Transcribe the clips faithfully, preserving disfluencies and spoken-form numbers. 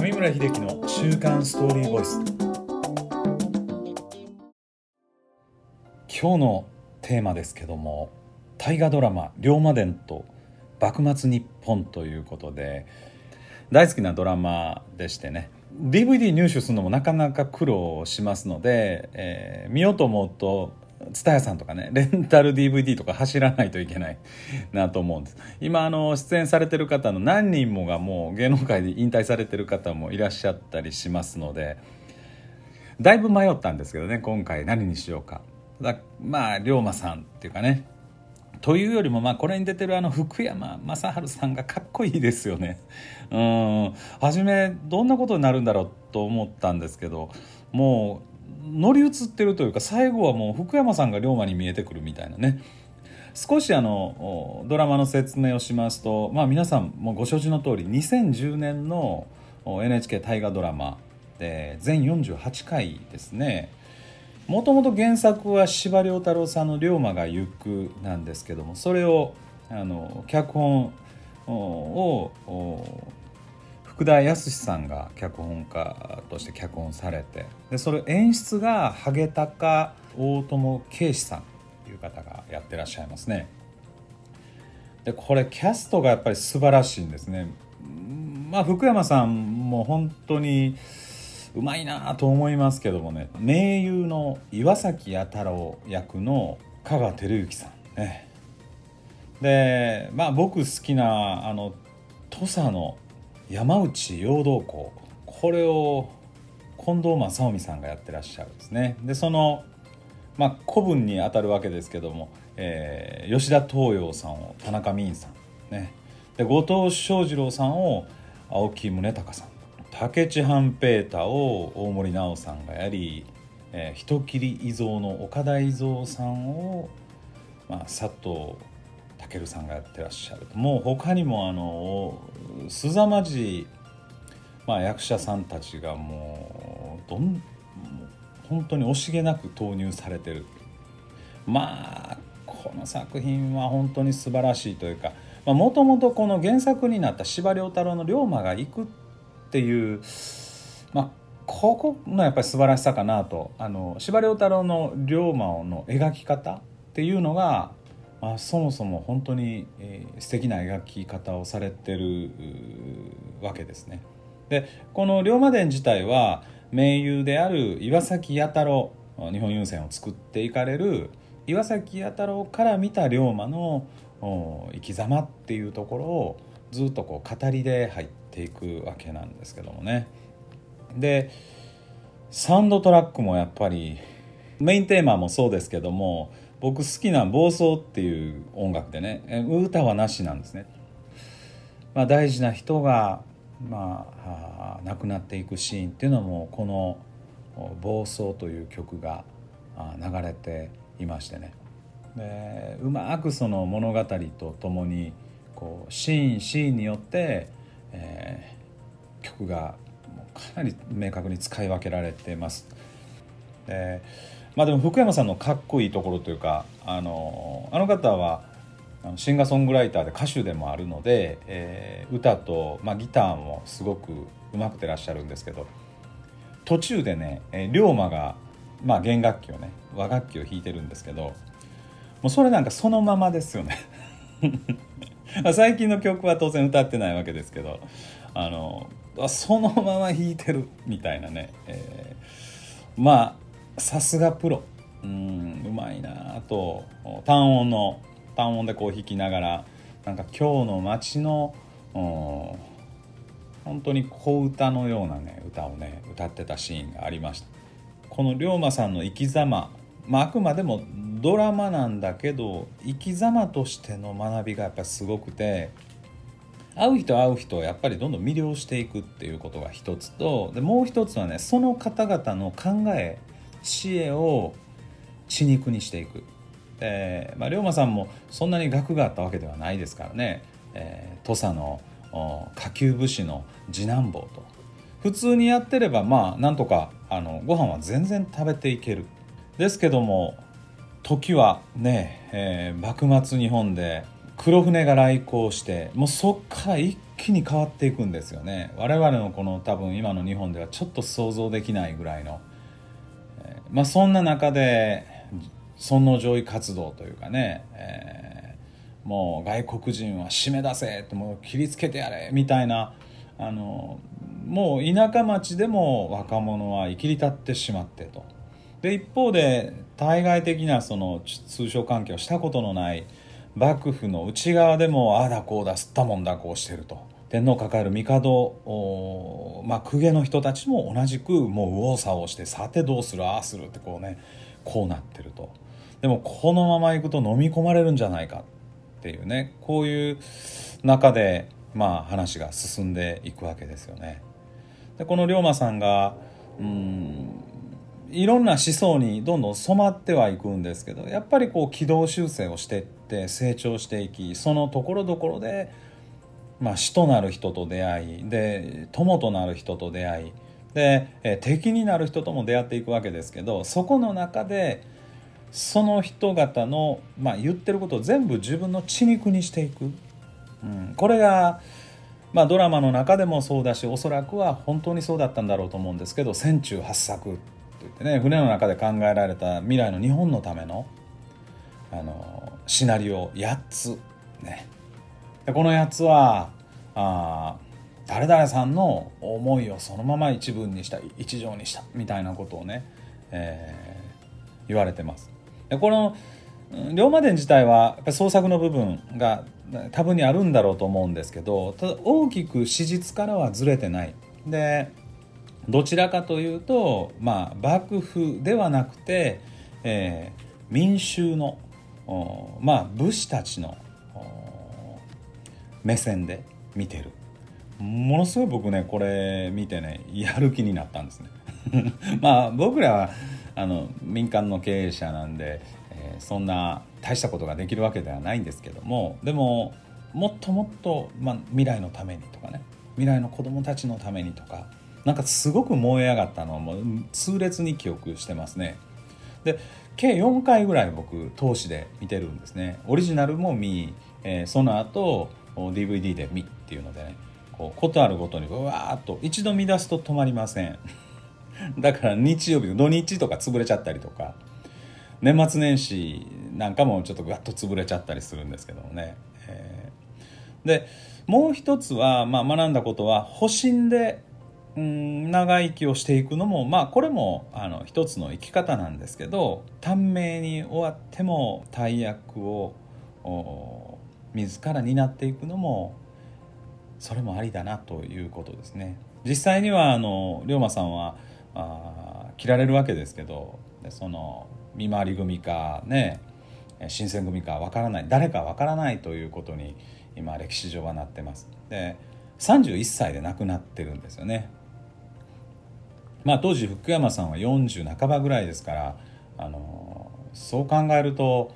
上村秀樹の週刊ストーリーボイス。今日のテーマですけども、大河ドラマ龍馬伝と幕末日本ということで、大好きなドラマでしてね、 ディーブイディー 入手するのもなかなか苦労しますので、えー、見ようと思うと蔦屋さんとかね、レンタル ディーブイディー とか走らないといけないなと思うんです。今あの出演されてる方の何人もがもう芸能界で引退されてる方もいらっしゃったりしますので、だいぶ迷ったんですけどね、今回何にしようか。だまあ龍馬さんっていうかね、というよりもまあこれに出てるあの福山雅治さんがかっこいいですよね。うん初めどんなことになるんだろうと思ったんですけど、もう乗り移ってるというか、最後はもう福山さんが龍馬に見えてくるみたいなね。少しあのドラマの説明をしますと、まあ、皆さんもご承知の通りにせんじゅうねんの エヌエイチケー 大河ドラマで全よんじゅうはちかいですね。もともと原作は司馬遼太郎さんの龍馬が行くなんですけども、それをあの脚本を福田康さんが脚本家として脚本されて、でそれ演出がハゲタカ大友圭司さんという方がやってらっしゃいますね。でこれキャストがやっぱり素晴らしいんですね。まあ福山さんも本当にうまいなと思いますけどもね、名優の岩崎弥太郎役の香川照之さんね。でまあ僕好きなあの土佐の山内陽道公、これを近藤正臣さんがやってらっしゃるんですね。でその、まあ、子分にあたるわけですけども、えー、吉田東洋さんを田中泯さん、ね、で後藤翔二郎さんを青木宗隆さん、武智半平太を大森南朋さんがやり、えー、人斬り伊蔵の岡田伊蔵さんを、まあ、佐藤健さんがやってらっしゃる。もう他にもあの凄まじい、まあ、役者さんたちがもうどん本当に惜しげなく投入されてる。まあこの作品は本当に素晴らしいというか、もともとこの原作になった司馬遼太郎の龍馬が行くっていう、まあ、ここのやっぱり素晴らしさかなと。あの司馬遼太郎の龍馬の描き方っていうのが、まあ、そもそも本当に、えー、素敵な描き方をされてるわけですね。でこの龍馬伝自体は名優である岩崎弥太郎、日本郵船を作っていかれる岩崎弥太郎から見た龍馬の生き様っていうところをずっとこう語りで入っていくわけなんですけどもね。でサウンドトラックもやっぱりメインテーマもそうですけども、僕好きな暴走っていう音楽でね、歌はなしなんですね。まあ、大事な人が、まあ、亡くなっていくシーンっていうのもこの暴走という曲が流れていましてね。でうまくその物語とともにこうシーンシーンによって、えー、曲がかなり明確に使い分けられています。でまあでも福山さんのかっこいいところというか、あのあの方はシンガーソングライターで歌手でもあるので、えー、歌と、まあ、ギターもすごくうまくてらっしゃるんですけど、途中でね、えー、龍馬が、まあ、弦楽器をね和楽器を弾いてるんですけど、もうそれなんかそのままですよね最近の曲は当然歌ってないわけですけど、あのそのまま弾いてるみたいなね、えー、まあさすがプロ、うん、うまいなと。単音の単音でこう弾きながら、なんか今日の街の、うん、本当に小歌のようなね歌をね歌ってたシーンがありました。この龍馬さんの生き様、まあ、あくまでもドラマなんだけど生き様としての学びがやっぱりすごくて、会う人会う人をやっぱりどんどん魅了していくっていうことが一つと、でもう一つはね、その方々の考え知恵を血肉にしていく。えーまあ、龍馬さんもそんなに学があったわけではないですからね、えー、土佐の下級武士の次男坊と普通にやってれば、まあなんとかあのご飯は全然食べていける。ですけども時はね、えー、幕末日本で黒船が来航して、もうそっから一気に変わっていくんですよね。我々のこの多分今の日本ではちょっと想像できないぐらいの、えーまあ、そんな中で尊皇攘夷活動というかね、えー、もう外国人は締め出せってもう切りつけてやれみたいな、あのもう田舎町でも若者は生きり立ってしまってと。で一方で対外的なその通商関係をしたことのない幕府の内側でもああだこうだすったもんだこうしてると。天皇を抱える帝、まあ、公家の人たちも同じくもう右往左往してさてどうするああするってこうねこうなってると。でもこのままいくと飲み込まれるんじゃないかっていうね、こういう中でまあ話が進んでいくわけですよね。でこの龍馬さんがうーんいろんな思想にどんどん染まってはいくんですけど、やっぱりこう軌道修正をしていって成長していき、そのところどころで、まあ、師となる人と出会いで友となる人と出会いで、え敵になる人とも出会っていくわけですけど、そこの中でその人方の、まあ、言ってることを全部自分の血肉にしていく、うん、これが、まあ、ドラマの中でもそうだし、おそらくは本当にそうだったんだろうと思うんですけど、船中八策って言ってね、船の中で考えられた未来の日本のためのあのシナリオやっつね。でこのやつはあ誰々さんの思いをそのまま一文にした一条にしたみたいなことをね、えー、言われてます。でこの龍馬伝自体はやっぱり創作の部分が多分にあるんだろうと思うんですけど、ただ大きく史実からはずれてないで、どちらかというと、まあ、幕府ではなくて、えー、民衆のまあ武士たちの目線で見てる。ものすごい僕ねこれ見てねやる気になったんですねまあ僕らはあの民間の経営者なんで、えー、そんな大したことができるわけではないんですけども、でももっともっと、まあ、未来のためにとかね、未来の子どもたちのためにとか、なんかすごく燃え上がったのをもう痛烈に記憶してますね。で計よんかいぐらい僕通しで見てるんですね。オリジナルも見、えー、その後 ディーブイディー で見っていうのでね、こうことあるごとにうわーっと一度見出すと止まりませんだから日曜日土日とか潰れちゃったりとか、年末年始なんかもちょっとガッと潰れちゃったりするんですけどもね、えー、でもう一つは、まあ、学んだことは保身でうん長生きをしていくのも、まあこれもあの一つの生き方なんですけど、短命に終わっても大役を自ら担っていくのもそれもありだなということですね。実際にはあの龍馬さんはあ切られるわけですけど、でその見回り組かね新選組かわからない、誰かわからないということに今歴史上はなってます。でさんじゅういっさいで亡くなってるんですよね。まあ当時福山さんはよんじゅう半ばぐらいですから、あのそう考えると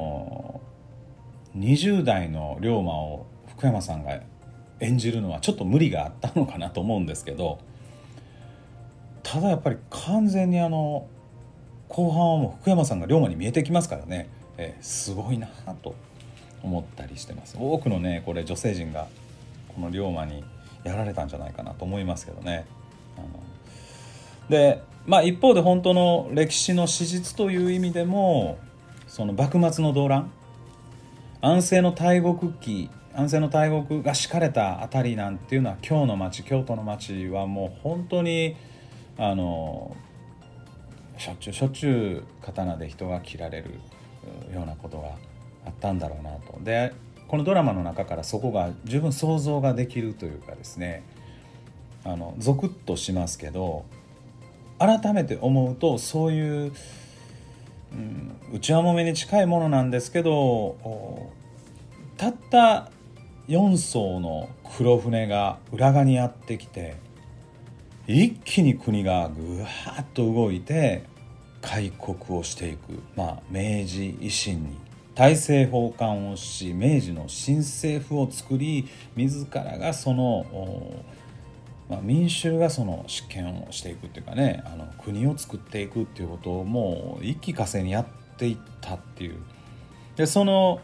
にじゅう代の龍馬を福山さんが演じるのはちょっと無理があったのかなと思うんですけど、ただやっぱり完全にあの後半はもう福山さんが龍馬に見えてきますからね、えー、すごいなと思ったりしてます。多くのねこれ女性陣がこの龍馬にやられたんじゃないかなと思いますけどね。あのでまあ一方で本当の歴史の史実という意味でも、その幕末の動乱、安政の大国期、安政の大国が敷かれたあたりなんていうのは、京の町京都の町はもう本当にあのしょっちゅうしょっちゅう刀で人が切られるようなことがあったんだろうなと。でこのドラマの中からそこが十分想像ができるというかですね、あのゾクッとしますけど、改めて思うとそういう、うん、内輪もめに近いものなんですけど、たったよん艘の黒船が浦賀にやってきて一気に国がぐわーっと動いて開国をしていく、まあ、明治維新に大政奉還をし、明治の新政府を作り、自らがその、まあ、民衆がその執権をしていくっていうかね、あの国を作っていくっていうことをもう一気呵成にやっていったっていう。でその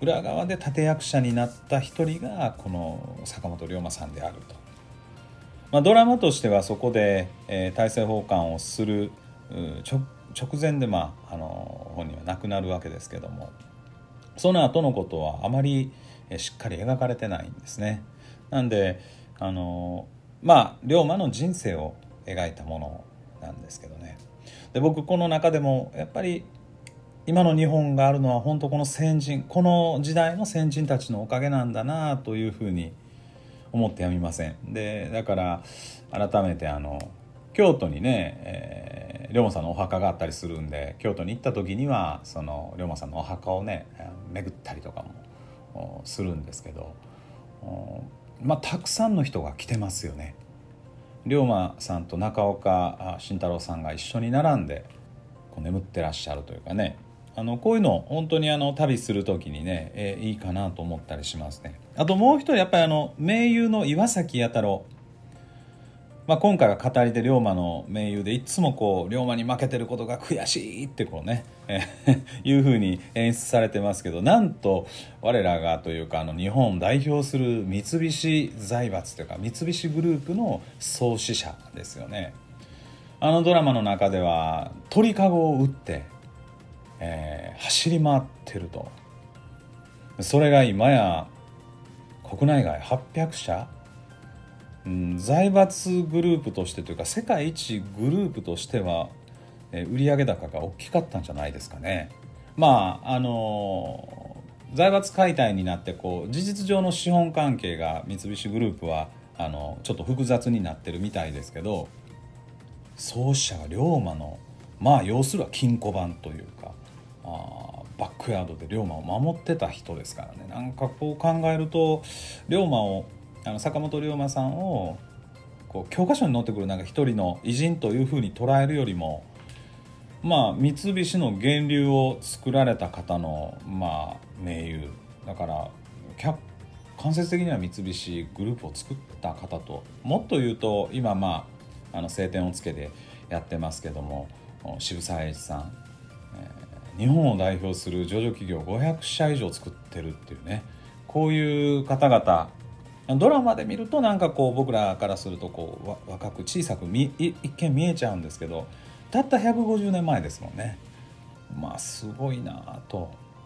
裏側で立役者になった一人がこの坂本龍馬さんであると。まあ、ドラマとしてはそこで、えー、大政奉還をする直直前で、まあ、あの本人は亡くなるわけですけども、その後のことはあまりしっかり描かれてないんですね。なんであのまあ龍馬の人生を描いたものなんですけどね。で僕この中でもやっぱり今の日本があるのは本当この先人、この時代の先人たちのおかげなんだなというふうに思ってやみません。でだから改めてあの京都にね、えー、龍馬さんのお墓があったりするんで、京都に行った時にはその龍馬さんのお墓をね巡ったりとかもするんですけど、まあたくさんの人が来てますよね。龍馬さんと中岡慎太郎さんが一緒に並んでこう眠ってらっしゃるというかね、あのこういうの本当にあの旅する時にね、えー、いいかなと思ったりしますね。あともう一人やっぱりあの名優の岩崎弥太郎、まあ、今回は語りで龍馬の名優でいつもこう龍馬に負けてることが悔しいってこうね、えー、いう風に演出されてますけど、なんと我らがというかあの日本を代表する三菱財閥というか三菱グループの創始者ですよね。あのドラマの中では鳥かごを打って、えー、走り回ってると。それが今や国内外はっぴゃくしゃ、うん、財閥グループとしてというか世界一グループとしては、えー、売上高が大きかったんじゃないですかね。まああのー、財閥解体になってこう事実上の資本関係が三菱グループはあのちょっと複雑になってるみたいですけど、創始者が龍馬のまあ要するは金庫番というか、あバックヤードで龍馬を守ってた人ですからね。なんかこう考えると龍馬をあの坂本龍馬さんをこう教科書に載ってくるなんか一人の偉人というふうに捉えるよりも、まあ三菱の源流を作られた方のまあ名優だから、間接的には三菱グループを作った方と、もっと言うと今まああの青天をつけてやってますけども渋沢栄一さん、えー、日本を代表する上場企業ごひゃくしゃ以上作ってるっていうね、こういう方々ドラマで見るとなんかこう僕らからするとこう若く小さく見一見見えちゃうんですけど、たったひゃくごじゅうねんまえですもんね。まあすごいなと。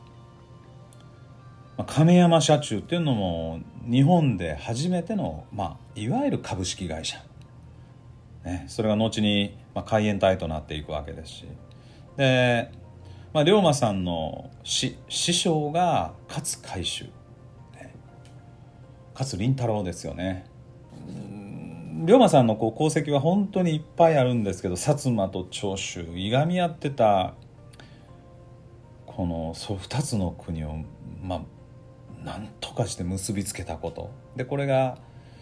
亀山社中っていうのも日本で初めての、まあ、いわゆる株式会社、ね、それが後に、まあ、海援隊となっていくわけですし、で、まあ、龍馬さんの師匠が勝海舟、ね、勝麟太郎ですよね。龍馬さんのこう功績は本当にいっぱいあるんですけど、薩摩と長州いがみ合ってたこのそうふたつの国をまあなんとかして結びつけたことで、これが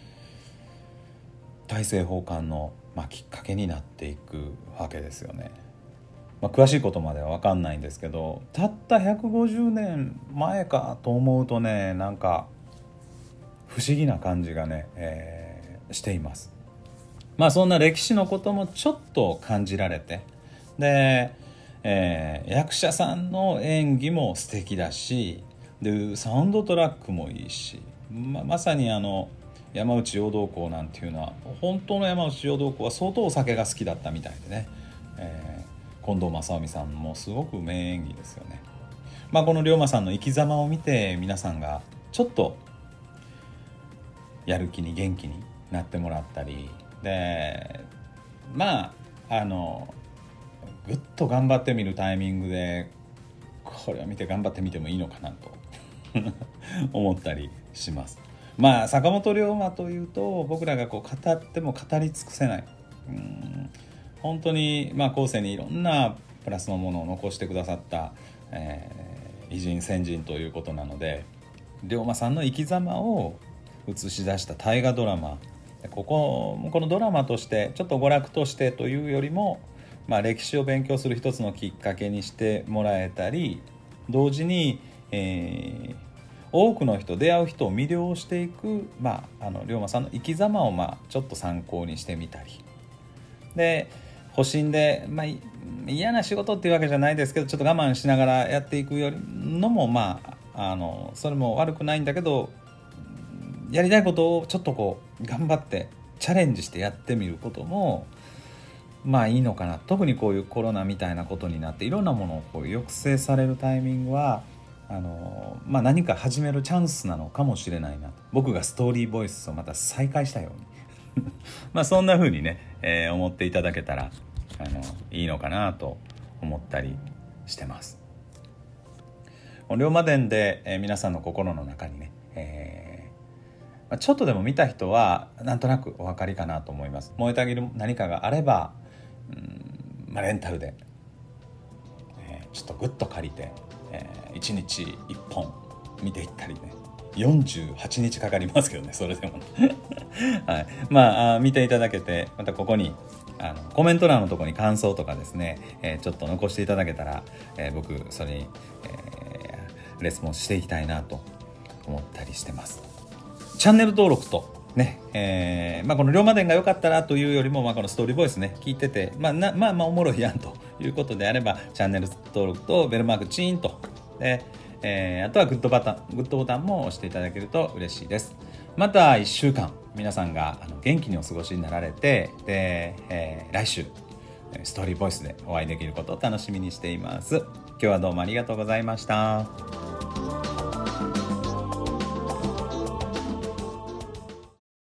大政奉還の、まあ、きっかけになっていくわけですよね。まあ、詳しいことまでは分かんないんですけど、たったひゃくごじゅうねんまえかと思うとね、なんか不思議な感じがね、えー、しています。まあそんな歴史のこともちょっと感じられて、で、えー、役者さんの演技も素敵だし、でサウンドトラックもいいし、 ま, まさにあの山内陽道公なんていうのは本当の山内陽道公は相当お酒が好きだったみたいでね、えー、近藤正臣さんもすごく名演技ですよね。まあ、この龍馬さんの生き様を見て皆さんがちょっとやる気に元気になってもらったりで、まああのぐっと頑張ってみるタイミングでこれを見て頑張ってみてもいいのかなと思ったりします。まあ坂本龍馬というと僕らがこう語っても語り尽くせない、うん、本当にまあ後世にいろんなプラスのものを残してくださった、えー、偉人先人ということなので、龍馬さんの生き様を映し出した大河ドラマ、こここのドラマとしてちょっと娯楽としてというよりも、まあ、歴史を勉強する一つのきっかけにしてもらえたり、同時に、えー、多くの人出会う人を魅了していく、まあ、あの龍馬さんの生き様を、まあ、ちょっと参考にしてみたりで、保身で、まあ、嫌な仕事っていうわけじゃないですけどちょっと我慢しながらやっていくよりのも、まあ、 あのそれも悪くないんだけど、やりたいことをちょっとこう頑張ってチャレンジしてやってみることもまあいいのかな。特にこういうコロナみたいなことになっていろんなものをこう抑制されるタイミングはあの、まあ、何か始めるチャンスなのかもしれないな。僕がストーリーボイスをまた再開したようにまあそんな風にね、えー、思っていただけたらあのいいのかなと思ったりしてます。龍馬伝で、えー、皆さんの心の中にね、えーまあ、ちょっとでも見た人はなんとなくお分かりかなと思います。燃えたぎる何かがあれば、うんまあ、レンタルで、えー、ちょっとグッと借りて、えー、いちにちいっぽん見ていったりね、よんじゅうはちにちかかりますけどね、それでもはい、まあ見ていただけて、またここにあのコメント欄のところに感想とかですね、えー、ちょっと残していただけたら、えー、僕それに、えー、レスポンスしていきたいなと思ったりしてます。チャンネル登録とね、えーまあ、この龍馬伝が良かったらというよりも、まあ、このストーリーボイスね聞いてて、まあ、なまあまあおもろいやんということであればチャンネル登録とベルマークチーンとで、えー、あとはグッドボタングッドボタンも押していただけると嬉しいです。またいっしゅうかん皆さんがあの元気にお過ごしになられて、で、えー、来週ストーリーボイスでお会いできることを楽しみにしています。今日はどうもありがとうございました。